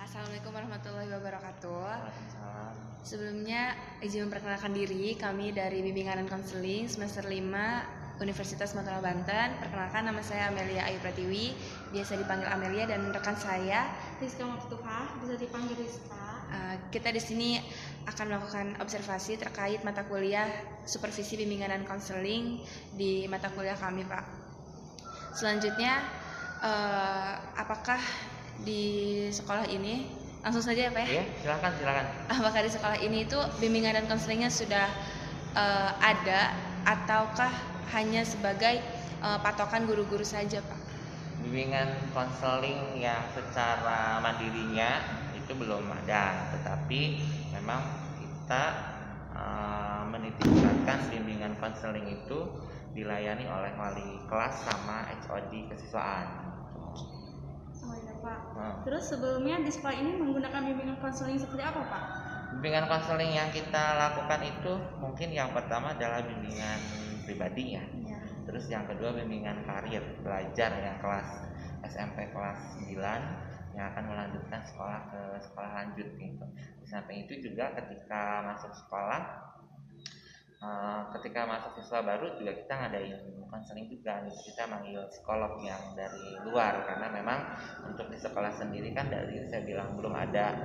Assalamualaikum warahmatullahi wabarakatuh. Waalaikumsalam. Sebelumnya izin memperkenalkan diri, kami dari Bimbingan dan Konseling semester 5 Universitas Mataram Banten. Perkenalkan, nama saya Amelia Ayu Pratiwi, biasa dipanggil Amelia, dan rekan saya Rizka Maftuhah, bisa dipanggil Rizka. Kita di sini akan melakukan observasi terkait mata kuliah supervisi bimbingan dan konseling di mata kuliah kami, Pak. Selanjutnya, apakah di sekolah ini, langsung saja ya Pak ya? Iya, silakan. Apakah di sekolah ini itu bimbingan dan konselingnya sudah ada ataukah hanya sebagai patokan guru-guru saja Pak? Bimbingan konseling yang secara mandirinya itu belum ada, tetapi memang kita menitipkan bimbingan konseling itu dilayani oleh wali kelas sama HOD kesiswaan. Oh iya Pak. Terus sebelumnya di sekolah ini menggunakan bimbingan konseling seperti apa Pak? Bimbingan konseling yang kita lakukan itu mungkin yang pertama adalah bimbingan pribadi ya. Iya. Terus yang kedua bimbingan karir belajar yang kelas SMP kelas 9 yang akan melanjutkan sekolah ke sekolah lanjut gitu. Di samping itu juga ketika masuk sekolah, ketika masuk siswa baru juga kita ngadain konseling juga gitu. Kita manggil psikolog yang dari luar karena memang untuk di sekolah sendiri kan dari saya bilang belum ada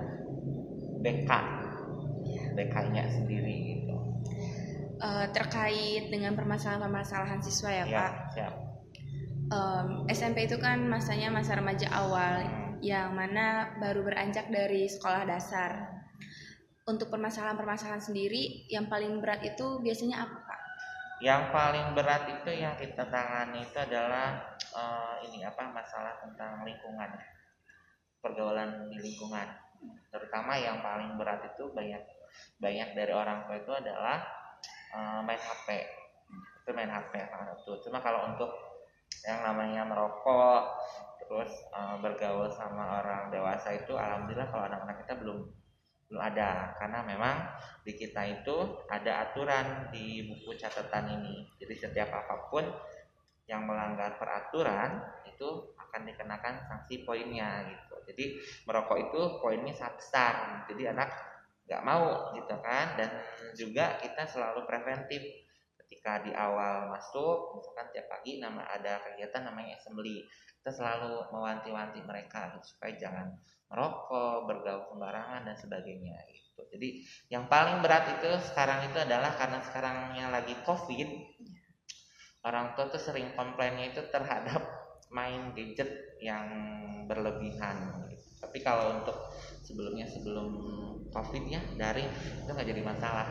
BK-nya sendiri gitu. Terkait dengan permasalahan-permasalahan siswa ya Pak. Siap. SMP itu kan masanya masa remaja awal yang mana baru beranjak dari sekolah dasar. Untuk permasalahan-permasalahan sendiri yang paling berat itu biasanya apa Pak? Yang paling berat itu yang kita tangani itu adalah masalah tentang lingkungan, pergaulan di lingkungan. Terutama yang paling berat itu banyak dari orang tua itu adalah main HP. Itu main HP itu. Cuma kalau untuk yang namanya merokok terus bergaul sama orang dewasa itu alhamdulillah kalau anak-anak kita belum ada, karena memang di kita itu ada aturan di buku catatan ini. Jadi setiap apapun yang melanggar peraturan itu akan dikenakan sanksi poinnya gitu. Jadi merokok itu poinnya sangat besar. Jadi anak nggak mau gitu kan. Dan juga kita selalu preventif ketika di awal masuk, misalkan tiap pagi ada kegiatan namanya assembly. Kita selalu mewanti-wanti mereka gitu, supaya jangan merokok, bergaul sembarangan dan sebagainya gitu. Jadi yang paling berat itu sekarang itu adalah karena sekarangnya lagi COVID, orang tua tuh sering komplainnya itu terhadap main gadget yang berlebihan gitu. Tapi kalau untuk sebelum COVID ya daring itu nggak jadi masalah.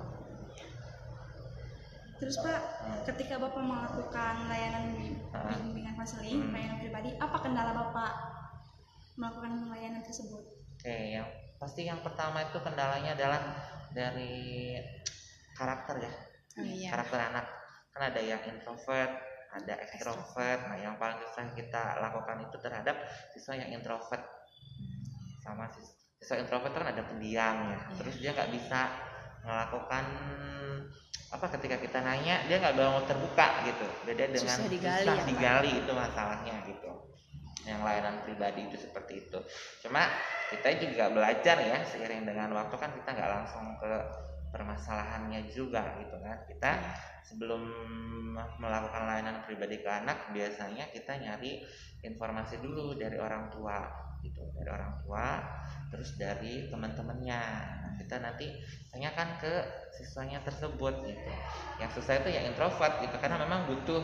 Terus Pak, ketika Bapak melakukan layanan bimbingan konseling, layanan pribadi, apa kendala Bapak melakukan layanan tersebut? Oke, yang pertama itu kendalanya adalah dari karakter ya. Karakter anak. Kan ada yang introvert, ada extrovert. Nah, yang paling susah kita lakukan itu terhadap siswa yang introvert. Sama siswa introvert kan ada pendiam ya. Terus dia nggak bisa melakukan ketika kita nanya dia nggak mau terbuka gitu. Beda dengan susah digali itu masalahnya gitu. Yang layanan pribadi itu seperti itu. Cuma kita juga belajar ya, seiring dengan waktu kan kita nggak langsung ke permasalahannya juga gitu kan. Kita sebelum melakukan layanan pribadi ke anak biasanya kita nyari informasi dulu dari orang tua gitu, dari orang tua terus dari teman-temannya. Kita nanti tanyakan ke siswanya tersebut gitu. Yang susah itu yang introvert gitu, karena memang butuh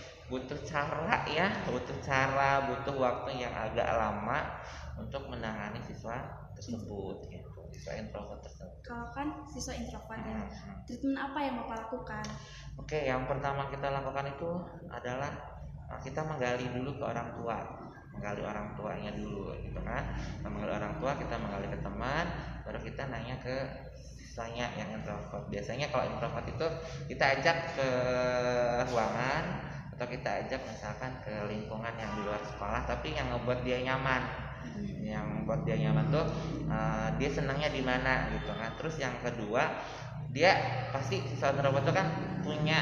cara, butuh waktu yang agak lama untuk menangani siswa tersebut gitu, siswa introvert tersebut. Kalau kan siswa introvert treatment apa yang Bapak lakukan? Oke, yang pertama kita lakukan itu adalah kita menggali dulu ke orang tua, menggali orang tuanya dulu gitu kan. Menggali orang tua, kita menggali ke teman, baru kita nanya ke siswanya yang introvert. Biasanya kalau introvert itu kita ajak ke ruangan atau kita ajak misalkan ke lingkungan yang di luar sekolah, tapi yang ngebuat dia nyaman. Yang membuat dia nyaman tuh dia senangnya di mana gitu kan. Terus yang kedua, dia pasti siswa introvert itu kan punya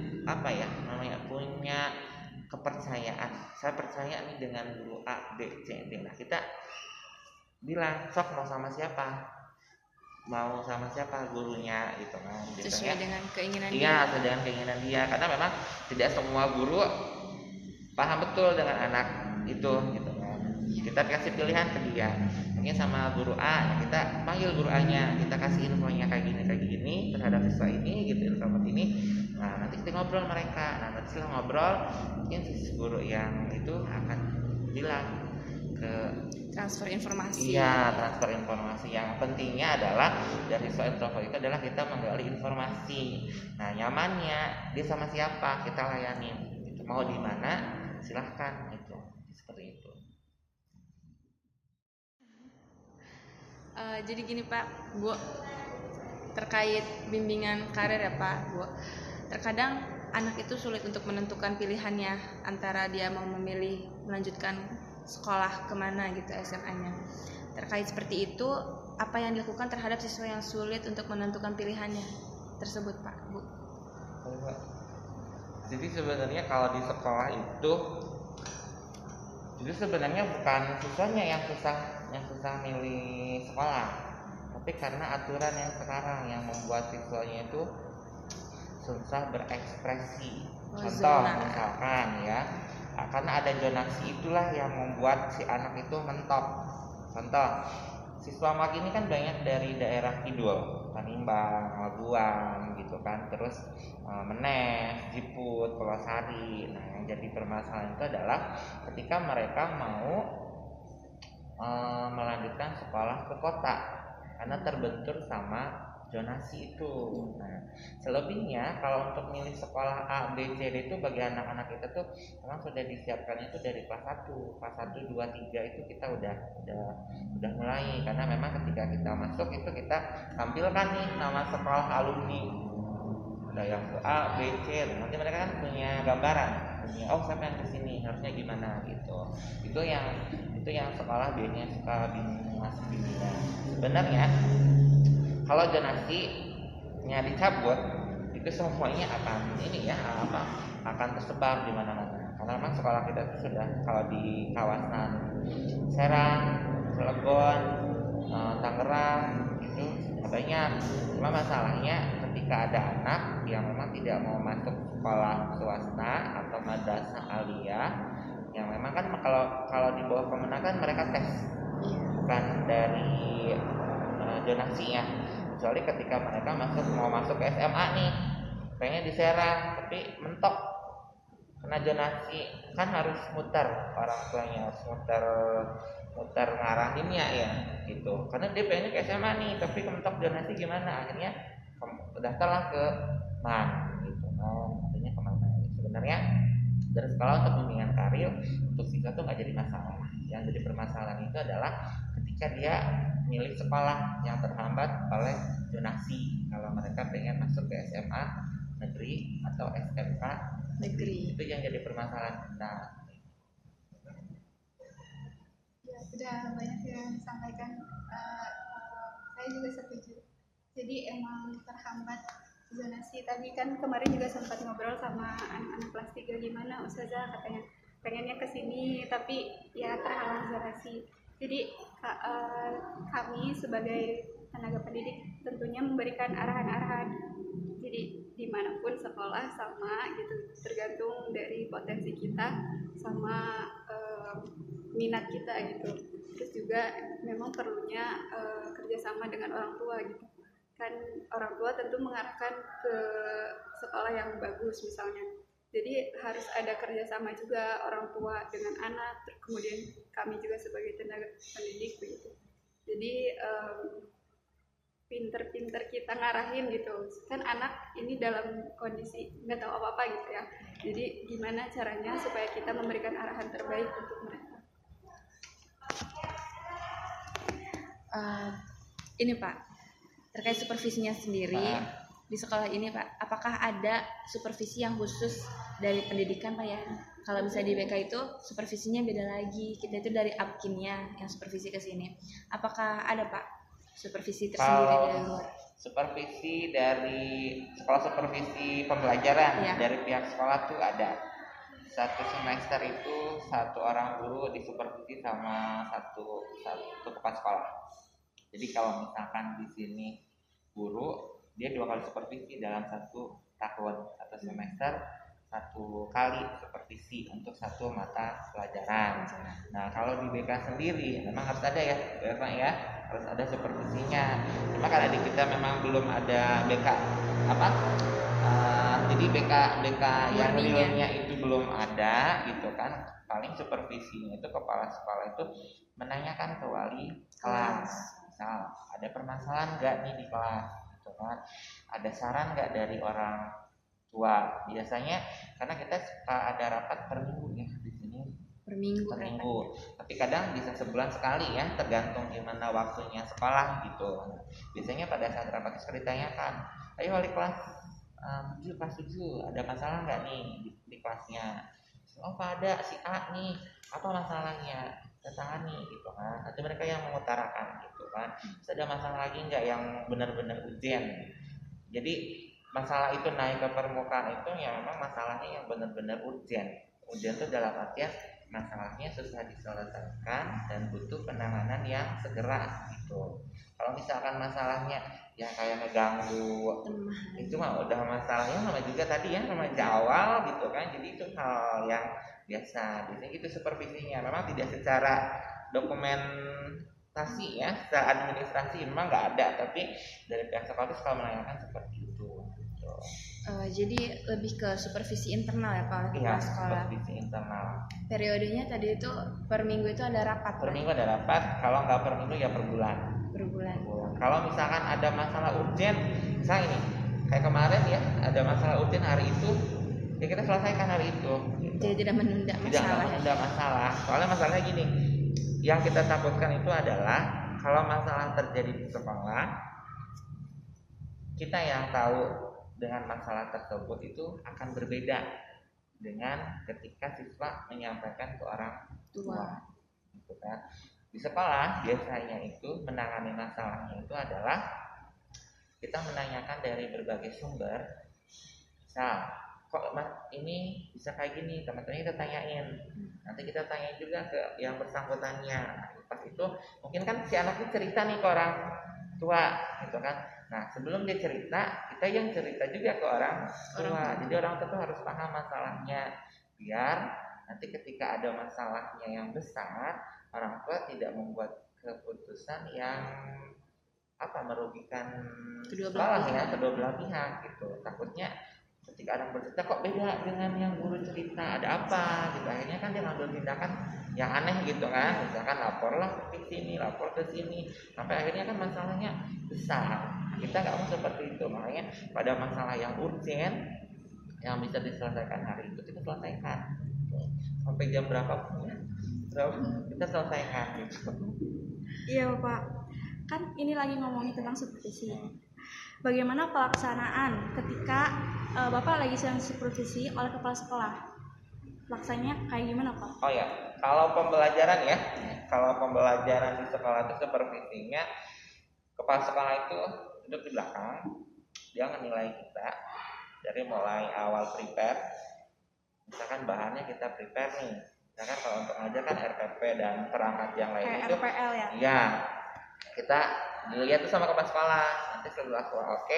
punya kepercayaan. Saya percaya nih dengan guru A, B, C, D. Nah, kita bilang sok mau sama siapa gurunya gitu kan, sesuai dengan keinginan iya sesuai dengan keinginan dia, karena memang tidak semua guru paham betul dengan anak itu gitu kan. Kita kasih pilihan ke dia, mungkin sama guru A, kita panggil guru A nya, kita kasih infonya kayak gini terhadap siswa ini gitu, info ini. Nah nanti kita ngobrol mereka, nanti setelah ngobrol mungkin si guru yang itu akan bilang ke transfer informasi. Iya, transfer informasi. Yang pentingnya adalah dari siswa introvert itu adalah kita menggali informasi. Nah nyamannya dia sama siapa kita layanin, gitu. Mau di mana silahkan, itu seperti itu. Jadi gini Pak, Bu, terkait bimbingan karir ya Pak, Bu. Terkadang anak itu sulit untuk menentukan pilihannya antara dia mau memilih melanjutkan sekolah kemana gitu, SMA-nya. Terkait seperti itu, apa yang dilakukan terhadap siswa yang sulit untuk menentukan pilihannya tersebut Pak, Bu? Jadi sebenarnya kalau di sekolah itu, jadi sebenarnya bukan siswanya yang susah milih sekolah, tapi karena aturan yang sekarang yang membuat siswanya itu susah berekspresi. Contoh misalkan ya, karena ada zonasi itulah yang membuat si anak itu mentok. Contoh, siswa MAK ini kan banyak dari daerah kidul, Tanimbang, Labuan gitu kan, terus Menes, Jiput, Pulau Sari. Nah yang jadi permasalahan itu adalah ketika mereka mau melanjutkan sekolah ke kota karena terbentur sama zonasi itu. Nah, selebihnya kalau untuk milih sekolah A, B, C, D itu bagi anak-anak kita tuh memang sudah disiapkan itu dari kelas 1, 2, 3 itu kita udah mulai, karena memang ketika kita masuk itu kita tampilkan nih nama sekolah alumni. Ada yang A, B, C, nanti mereka kan punya gambaran, oh siapa yang kesini harusnya gimana gitu. Itu yang sekolah biasanya suka masuk bimbingan. Sebenarnya kalau zonasinya dicabut, itu semuanya akan tersebar di mana-mana. Karena memang sekolah kita itu sudah, kalau di kawasan Serang, Cilegon, Tangerang itu banyak. Cuma masalahnya ketika ada anak yang memang tidak mau masuk sekolah swasta atau madrasah aliyah, yang memang kan kalau di bawah kemenakan mereka tes, bukan dari zonasinya. Kecuali ketika mereka mau masuk ke SMA nih, pengen di Serang tapi mentok kena zonasi, kan harus muter, orang tuanya harus muter ngarahinnya ya gitu, karena dia pengen ke SMA nih tapi mentok zonasi, gimana akhirnya daftarlah ke MAN gitu. Artinya kemana? Sebenarnya dari sekolah untuk bimbingan karir untuk siswa tuh nggak jadi masalah. Yang jadi permasalahan itu adalah ketika dia milih sekolah yang terhambat oleh zonasi. Kalau mereka pengen masuk ke SMA negeri atau SMK negeri, itu yang jadi permasalahan kita. Ya, sudah banyak yang disampaikan. Saya juga setuju. Jadi emang terhambat zonasi. Tadi kan kemarin juga sempat ngobrol sama anak-anak kelas 3, gimana Ustazah, katanya pengennya ke sini tapi ya terhalang zonasi. Jadi kami sebagai tenaga pendidik tentunya memberikan arahan-arahan. Jadi dimanapun sekolah sama gitu, tergantung dari potensi kita sama minat kita gitu. Terus juga memang perlunya kerjasama dengan orang tua gitu. Kan orang tua tentu mengarahkan ke sekolah yang bagus misalnya. Jadi harus ada kerjasama juga orang tua dengan anak, kemudian kami juga sebagai tenaga pendidik begitu. Jadi pinter-pinter kita ngarahin gitu. Kan anak ini dalam kondisi nggak tahu apa-apa gitu ya. Jadi gimana caranya supaya kita memberikan arahan terbaik untuk mereka. Ini Pak, terkait supervisinya sendiri di sekolah ini Pak, apakah ada supervisi yang khusus dari pendidikan Pak ya? Kalau misalnya di BK itu supervisinya beda lagi, kita itu dari APKIN-nya yang supervisi ke sini. Apakah ada Pak supervisi tersendiri dari luar? Supervisi dari sekolah, supervisi pembelajaran dari pihak sekolah tuh ada. satu semester itu satu orang guru disupervisi sama satu kepala sekolah. Jadi kalau misalkan di sini guru, dia 2 kali supervisi dalam 1 tahun, 1 semester 1 kali supervisi untuk 1 mata pelajaran. Nah kalau di BK sendiri memang harus ada ya, harus ada supervisinya. Cuma karena di kita memang belum ada BK jadi BK yang realnya itu belum ada gitu kan. Paling supervisinya itu kepala sekolah itu menanyakan ke wali kelas, misal ada permasalahan nggak nih di kelas gitu kan, ada saran nggak dari orang tua. Biasanya karena kita suka ada rapat per minggu ya di sini, per minggu. Tapi kadang bisa sebulan sekali ya, tergantung gimana waktunya sekolah gitu. Biasanya pada saat rapat itu ditanyakan, ayo wali kelas 7 kelas 7 ada masalah nggak nih di kelasnya? Oh ada si A nih, apa masalahnya? Tangani gitu kan. Nanti mereka yang mengutarakan gitu kan. Terus ada masalah lagi nggak yang benar-benar urgent? Jadi masalah itu naik ke permukaan itu ya memang masalahnya yang benar-benar urgent. Urgent itu dalam artian masalahnya susah diselesaikan dan butuh penanganan yang segera gitu. Kalau misalkan masalahnya yang kayak ngeganggu itu mah udah masalahnya sama juga tadi ya remaja awal gitu kan. Jadi itu hal yang biasa. Biasanya gitu supervisinya. Memang tidak secara dokumentasi ya, secara administrasi memang nggak ada, tapi dari pihak sekolah itu suka menanyakan seperti itu. Gitu. Jadi lebih ke supervisi internal ya Pak, Iya, sekolah. supervisi internal. Periodenya tadi itu per minggu itu ada rapat. Per minggu ada rapat, kalau nggak per minggu ya per bulan. Per bulan. Kalau misalkan ada masalah urgent, misalnya ini, kayak kemarin ya, ada masalah urgent hari itu, ya kita selesaikan hari itu. Gitu. Jadi tidak menunda masalah. Tidak menunda masalah. Soalnya masalahnya gini, yang kita takutkan itu adalah kalau masalah terjadi di sekolah, kita yang tahu dengan masalah tersebut itu akan berbeda dengan ketika siswa menyampaikan ke orang tua. Gitu kan. Di sekolah biasanya itu menangani masalahnya itu adalah kita menanyakan dari berbagai sumber. Misal, kok ini bisa kayak gini, teman-teman kita tanyain. Nanti kita tanyain juga ke yang bersangkutannya. Pas itu mungkin kan si anak itu cerita nih ke orang tua gitu kan. Nah sebelum dia cerita, kita yang cerita juga ke orang tua. Jadi orang tua harus paham masalahnya, biar nanti ketika ada masalahnya yang besar, orang tua tidak membuat keputusan yang merugikan sekolah ya, kedua belah pihak gitu. Takutnya ketika ada bercerita kok beda dengan yang guru cerita, ada apa gitu. Akhirnya kan dia ngambil tindakan yang aneh gitu kan. Misalkan laporlah ke sini, lapor ke sini, sampai akhirnya kan masalahnya besar. Kita nggak mau seperti itu. Makanya pada masalah yang urgent yang bisa diselesaikan hari itu kita selesaikan sampai jam berapa pun ya, kita selesaikan gitu. Iya Bapak, kan ini lagi ngomongin tentang supervisi. Bagaimana pelaksanaan ketika Bapak lagi sedang supervisi oleh kepala sekolah? Pelaksanaannya kayak gimana Pak? Oh ya, kalau pembelajaran ya, kalau pembelajaran di sekolah itu supervisinya kepala sekolah itu duduk di belakang, dia menilai kita dari mulai awal prepare. Misalkan bahannya kita prepare nih, misalkan kalau untuk ngajar kan RPP dan perangkat yang lain itu RPL ya? Iya, kita dilihat tuh sama kepala sekolah. Nanti setelah sekolah oke,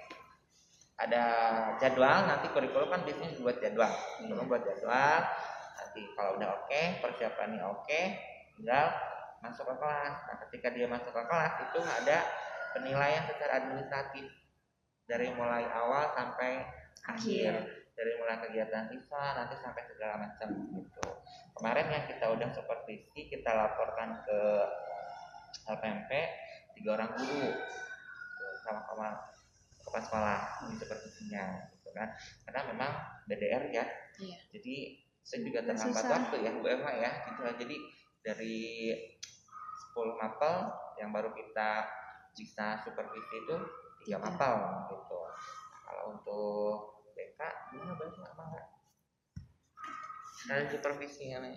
ada jadwal. Nanti kurikulum kan biasanya buat jadwal, buat jadwal. Nanti kalau udah oke, persiapannya oke, tinggal masuk ke kelas. Nah ketika dia masuk ke kelas itu ada penilaian secara administratif dari mulai awal sampai akhir. Dari mulai kegiatan siswa nanti sampai segala macam gitu. Kemarin yang kita udah supervisi, kita laporkan ke LPMP 3 orang guru gitu, sama kepala sekolah di supervisinya gitu kan. Karena memang BDR ya. Iya. Jadi saya juga terhambat waktu ya Bu Eva ya gitu. Jadi dari 10 mapel yang baru kita bisa supervisi itu 3 mapel gitu. Kalau untuk BK gimana bahasa apa enggak? Dari supervisi nih.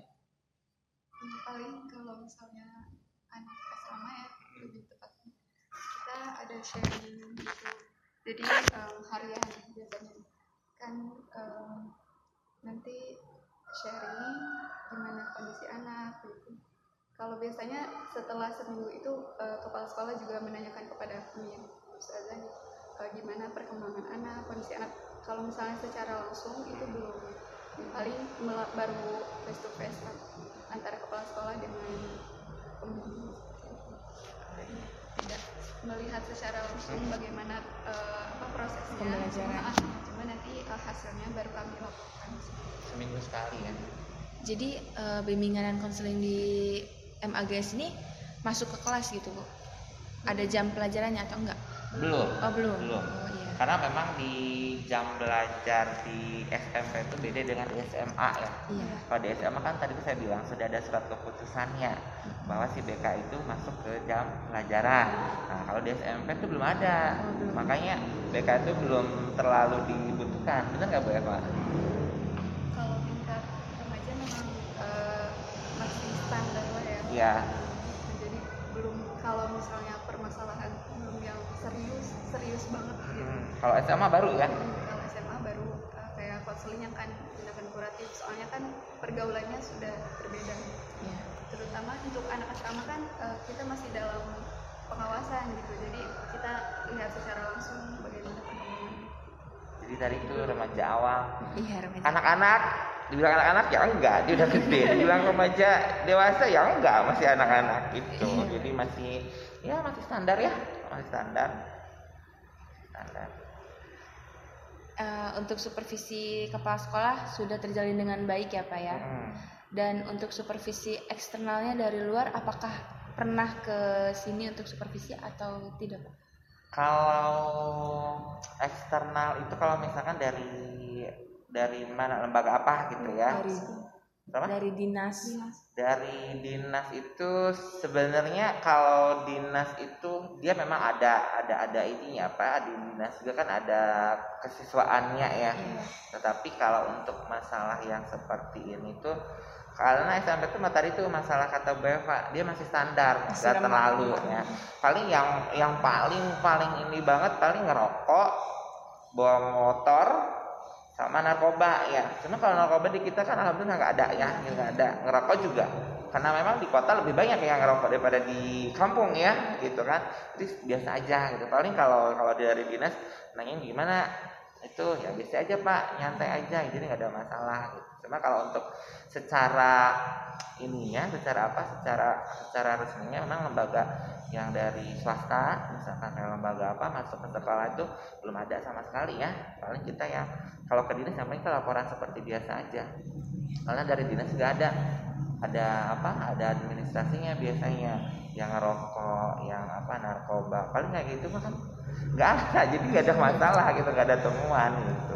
Paling kalau misalnya anak asrama ya lebih tepatnya kita ada sharing gitu. Jadi harian biasanya kan nanti sharing gimana kondisi anak gitu. Kalau biasanya setelah seminggu itu kepala sekolah juga menanyakan kepada kami ustazah gimana perkembangan anak, kondisi anak. Kalau misalnya secara langsung itu belum, paling baru face to face antara kepala sekolah dengan pembimbing. Tidak melihat secara langsung bagaimana prosesnya Pembelajaran. cuma nanti hasilnya baru kami lakukan seminggu sekali ya. Jadi bimbingan dan konseling di MAGS ini masuk ke kelas gitu Bu? Ada jam pelajarannya atau enggak? Belum. Oh belum. Belum. Oh iya. Karena memang di jam belajar di SMP itu beda dengan di SMA ya. Iya. Kalau di SMA kan tadi saya bilang sudah ada surat keputusannya bahwa si BK itu masuk ke jam pelajaran. Nah kalau di SMP itu belum ada, Oh, belum. makanya BK itu belum terlalu dibutuhkan. Benar nggak Bu Eva? kalau tingkat remaja memang masih standar lah ya. Iya. Jadi belum, kalau misalnya permasalahan belum yang serius banget gitu. Kalau SMA baru ya? Kalau SMA baru kayak konseling yang kan tindakan kuratif, soalnya kan pergaulannya sudah berbeda. Iya. Terutama untuk anak asrama kan kita masih dalam pengawasan gitu, jadi kita lihat secara langsung bagaimana perkembangan. Jadi tadi itu remaja awal. Iya remaja. Anak-anak, dibilang anak-anak ya enggak, dia udah gede. Dibilang remaja dewasa ya enggak, masih anak-anak gitu. Iya. Jadi masih standar ya, masih standar. Untuk supervisi kepala sekolah sudah terjalin dengan baik ya Pak ya. Dan untuk supervisi eksternalnya dari luar, apakah pernah ke sini untuk supervisi atau tidak Pak? Kalau eksternal itu kalau misalkan dari mana, lembaga apa gitu ya? Dari dinas. Dari dinas itu sebenarnya kalau dinas itu dia memang ada ininya apa, di dinas juga kan ada kesiswaannya ya. Tetapi kalau untuk masalah yang seperti ini tuh, karena SMP itu tadi itu masalah kata Bu Eva, dia masih standar, nggak terlalu ya. Paling yang paling ini banget paling ngerokok, bawa motor, sama narkoba ya. Cuma kalau narkoba di kita kan alhamdulillah nggak ada ya, nggak ada. Ngerokok juga, karena memang di kota lebih banyak yang ngerokok daripada di kampung ya, gitu kan. Jadi biasa aja gitu. Paling kalau dari dinas nanya gimana, itu ya biasa aja Pak, nyantai aja, jadi nggak ada masalah gitu. Cuma kalau untuk secara ininya, secara resminya memang lembaga yang dari swasta, misalkan kayak lembaga apa masuk ke sekolah itu belum ada sama sekali ya. Paling kita yang kalau ke dinas yang paling laporan seperti biasa aja. Karena dari dinas juga ada administrasinya biasanya, yang ngerokok, yang narkoba, paling kayak gitu kan nggak ada, jadi nggak ada masalah gitu, nggak ada temuan gitu.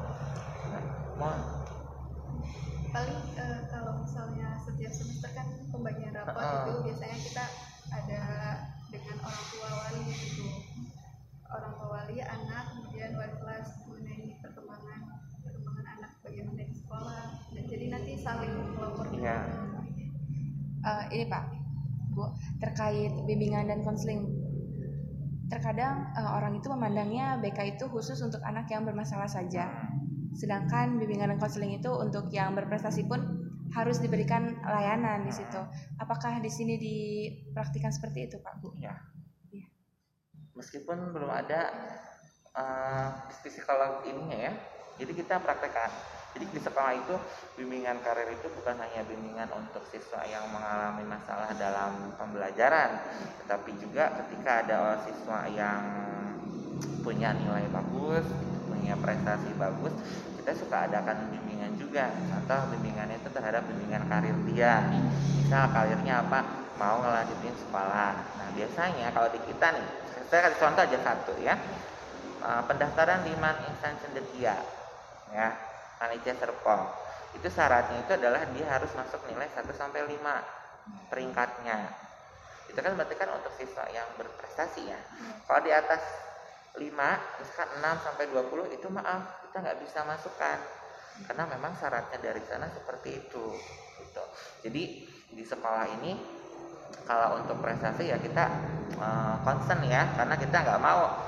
Paling kalau misalnya setiap semester kan pembagian rapor itu biasanya kita ada dengan orang tua wali gitu, orang tua wali, anak, kemudian wali kelas mengenai perkembangan anak bagaimana di sekolah, dan jadi nanti saling melapor. Iya. Ini Pak, Bu, terkait bimbingan dan konseling. Terkadang orang itu memandangnya BK itu khusus untuk anak yang bermasalah saja. Sedangkan bimbingan dan konseling itu untuk yang berprestasi pun harus diberikan layanan di situ. Apakah di sini dipraktikkan seperti itu, Pak, Bu? Ya. Meskipun belum ada psikolog ininya ya, jadi kita praktekkan. Jadi di sekolah itu bimbingan karir itu bukan hanya bimbingan untuk siswa yang mengalami masalah dalam pembelajaran, tetapi juga ketika ada siswa yang punya nilai bagus, punya prestasi bagus, kita suka adakan bimbingan juga. Contoh bimbingannya itu terhadap bimbingan karir dia. Misal karirnya apa, mau ngelanjutin sekolah. Nah biasanya kalau di kita nih, saya kasih contoh aja satu ya, pendaftaran di Man Insan Cendekia ya, Panitia Serpong, itu syaratnya itu adalah dia harus masuk nilai 1-5 peringkatnya. Itu kan berarti kan untuk siswa yang berprestasi ya. Kalau di atas 5, misalkan 6-20 itu maaf, kita nggak bisa masukkan karena memang syaratnya dari sana seperti itu gitu. Jadi di sekolah ini kalau untuk prestasi ya kita concern ya, karena kita nggak mau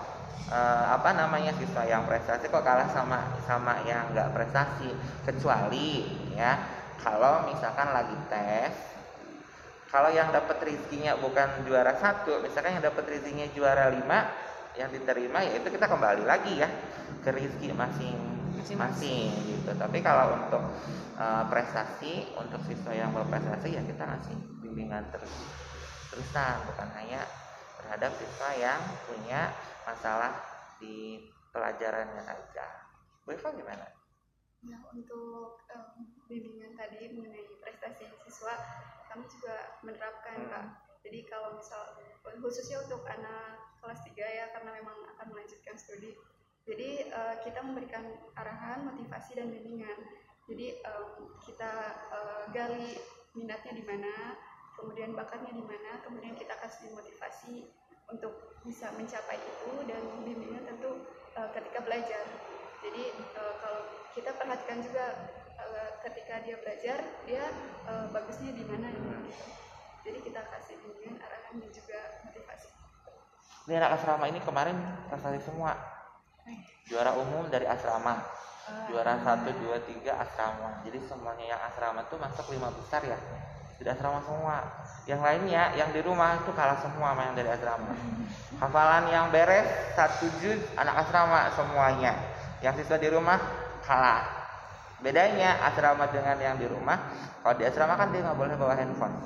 siswa yang prestasi kok kalah sama yang nggak prestasi, kecuali ya kalau misalkan lagi tes, kalau yang dapat rezekinya bukan juara 1, misalkan yang dapat rezekinya juara 5, yang diterima ya itu kita kembali lagi ya ke rezeki masing-masing gitu. Tapi kalau untuk prestasi, untuk siswa yang berprestasi ya kita ngasih bimbingan terusan, bukan hanya terhadap siswa yang punya masalah di pelajarannya saja. Bu Eva gimana? Ya, untuk bimbingan tadi mengenai prestasi siswa, kami juga menerapkan Pak. Jadi kalau misal khususnya untuk anak kelas 3 ya, karena memang akan melanjutkan studi. Jadi kita memberikan arahan, motivasi dan bimbingan. Jadi kita gali minatnya di mana, kemudian bakatnya di mana, kemudian kita kasih motivasi untuk bisa mencapai itu, dan bimbingan tentu ketika belajar. Jadi kalau kita perhatikan juga ketika dia belajar, dia bagusnya di mana gitu. Jadi kita kasih bimbingan, arahan dan juga motivasi. Ini anak asrama ini kemarin prestasi semua. Juara umum dari asrama. Juara 1, 2, 3 asrama. Jadi semuanya yang asrama tuh masuk 5 besar ya. Dari asrama semua. Yang lainnya yang di rumah itu kalah semua sama yang dari asrama. Hafalan yang beres 1 juz anak asrama semuanya. Yang siswa di rumah kalah. Bedanya asrama dengan yang di rumah, kalau di asrama kan dia nggak boleh bawa handphone.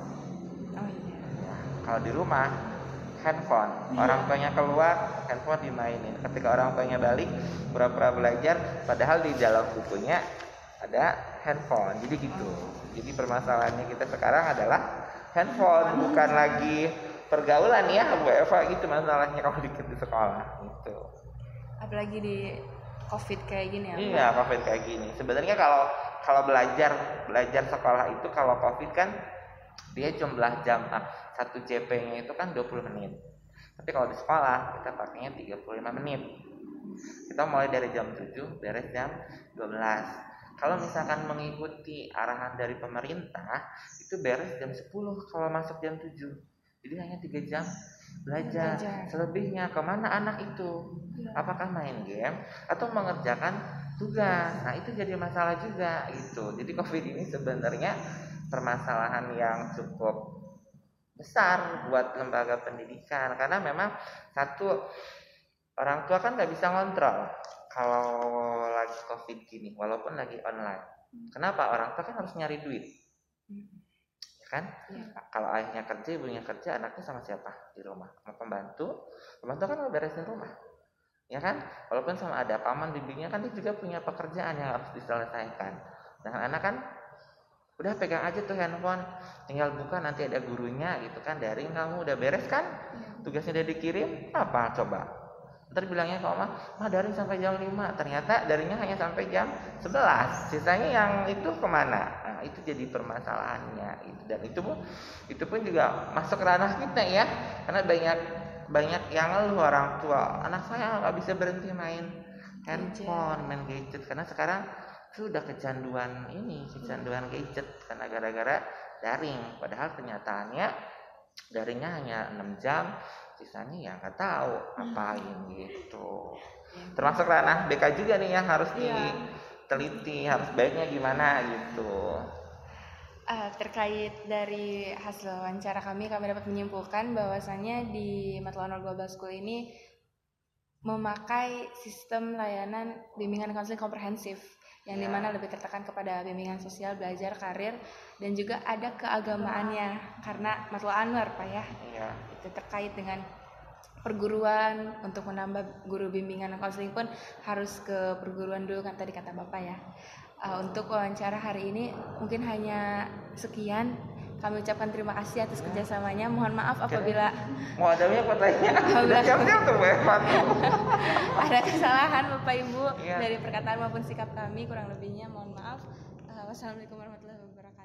Kalau di rumah handphone, orang tuanya keluar, handphone dimainin. Ketika orang tuanya balik, pura-pura belajar, padahal di dalam bukunya ada handphone. Jadi gitu. Jadi permasalahannya kita sekarang adalah handphone, bukan lagi pergaulan ya, Bu Eva, gitu masalahnya kalau di sekolah gitu. Apalagi di COVID kayak gini ya. Iya, COVID kayak gini. Sebenarnya kalau belajar sekolah itu kalau COVID kan dia jumlah jam 1 JP-nya itu kan 20 menit. Tapi kalau di sekolah kita pakainya 35 menit. Kita mulai dari jam 7, beres jam 12. Kalau misalkan mengikuti arahan dari pemerintah, itu beres jam 10 kalau masuk jam 7. Jadi hanya 3 jam belajar. Selebihnya kemana anak itu? Apakah main game atau mengerjakan tugas? Nah itu jadi masalah juga gitu. Jadi COVID ini sebenarnya permasalahan yang cukup besar buat lembaga pendidikan, karena memang satu, orang tua kan nggak bisa ngontrol kalau lagi COVID gini, walaupun lagi online. Kenapa? Orang tua kan harus nyari duit, kan? Kalau ayahnya kerja, ibunya kerja, anaknya sama siapa di rumah? Sama pembantu kan mau beresin rumah, ya kan? Walaupun sama ada paman bibinya kan dia juga punya pekerjaan yang harus diselesaikan. Nah anak kan udah pegang aja tuh handphone, tinggal buka, nanti ada gurunya gitu kan, daring, kamu udah beres kan? Tugasnya udah dikirim, apa coba? Ntar bilangnya kalau mah daring sampai jam 5, ternyata daringnya hanya sampai jam 11, sisanya yang itu kemana? Nah itu jadi permasalahannya itu. Dan itu pun juga masuk ranah kita ya, karena banyak yang ngeluh orang tua, anak saya nggak bisa berhenti main handphone, main gadget, karena sekarang sudah kecanduan gadget karena gara-gara daring. Padahal kenyataannya daringnya hanya 6 jam, sisanya ya nggak tahu apain gitu. Termasuk ranah BK juga nih yang harus diteliti, harus baiknya gimana gitu. Terkait dari hasil wawancara kami dapat menyimpulkan bahwasannya di Matlawan Global School ini memakai sistem layanan bimbingan konseling komprehensif, yang dimana lebih tertekan kepada bimbingan sosial, belajar, karir, dan juga ada keagamaannya karena Matlul Anwar Pak ya. Itu terkait dengan perguruan. Untuk menambah guru bimbingan konseling pun harus ke perguruan dulu kan tadi kata Bapak ya. Untuk wawancara hari ini mungkin hanya sekian. Kami ucapkan terima kasih atas kerjasamanya. Mohon maaf apabila mau ada banyak pertanyaan. Siap-siap tuh ada kesalahan Bapak Ibu dari perkataan maupun sikap kami, kurang lebihnya mohon maaf. Wassalamualaikum warahmatullahi wabarakatuh.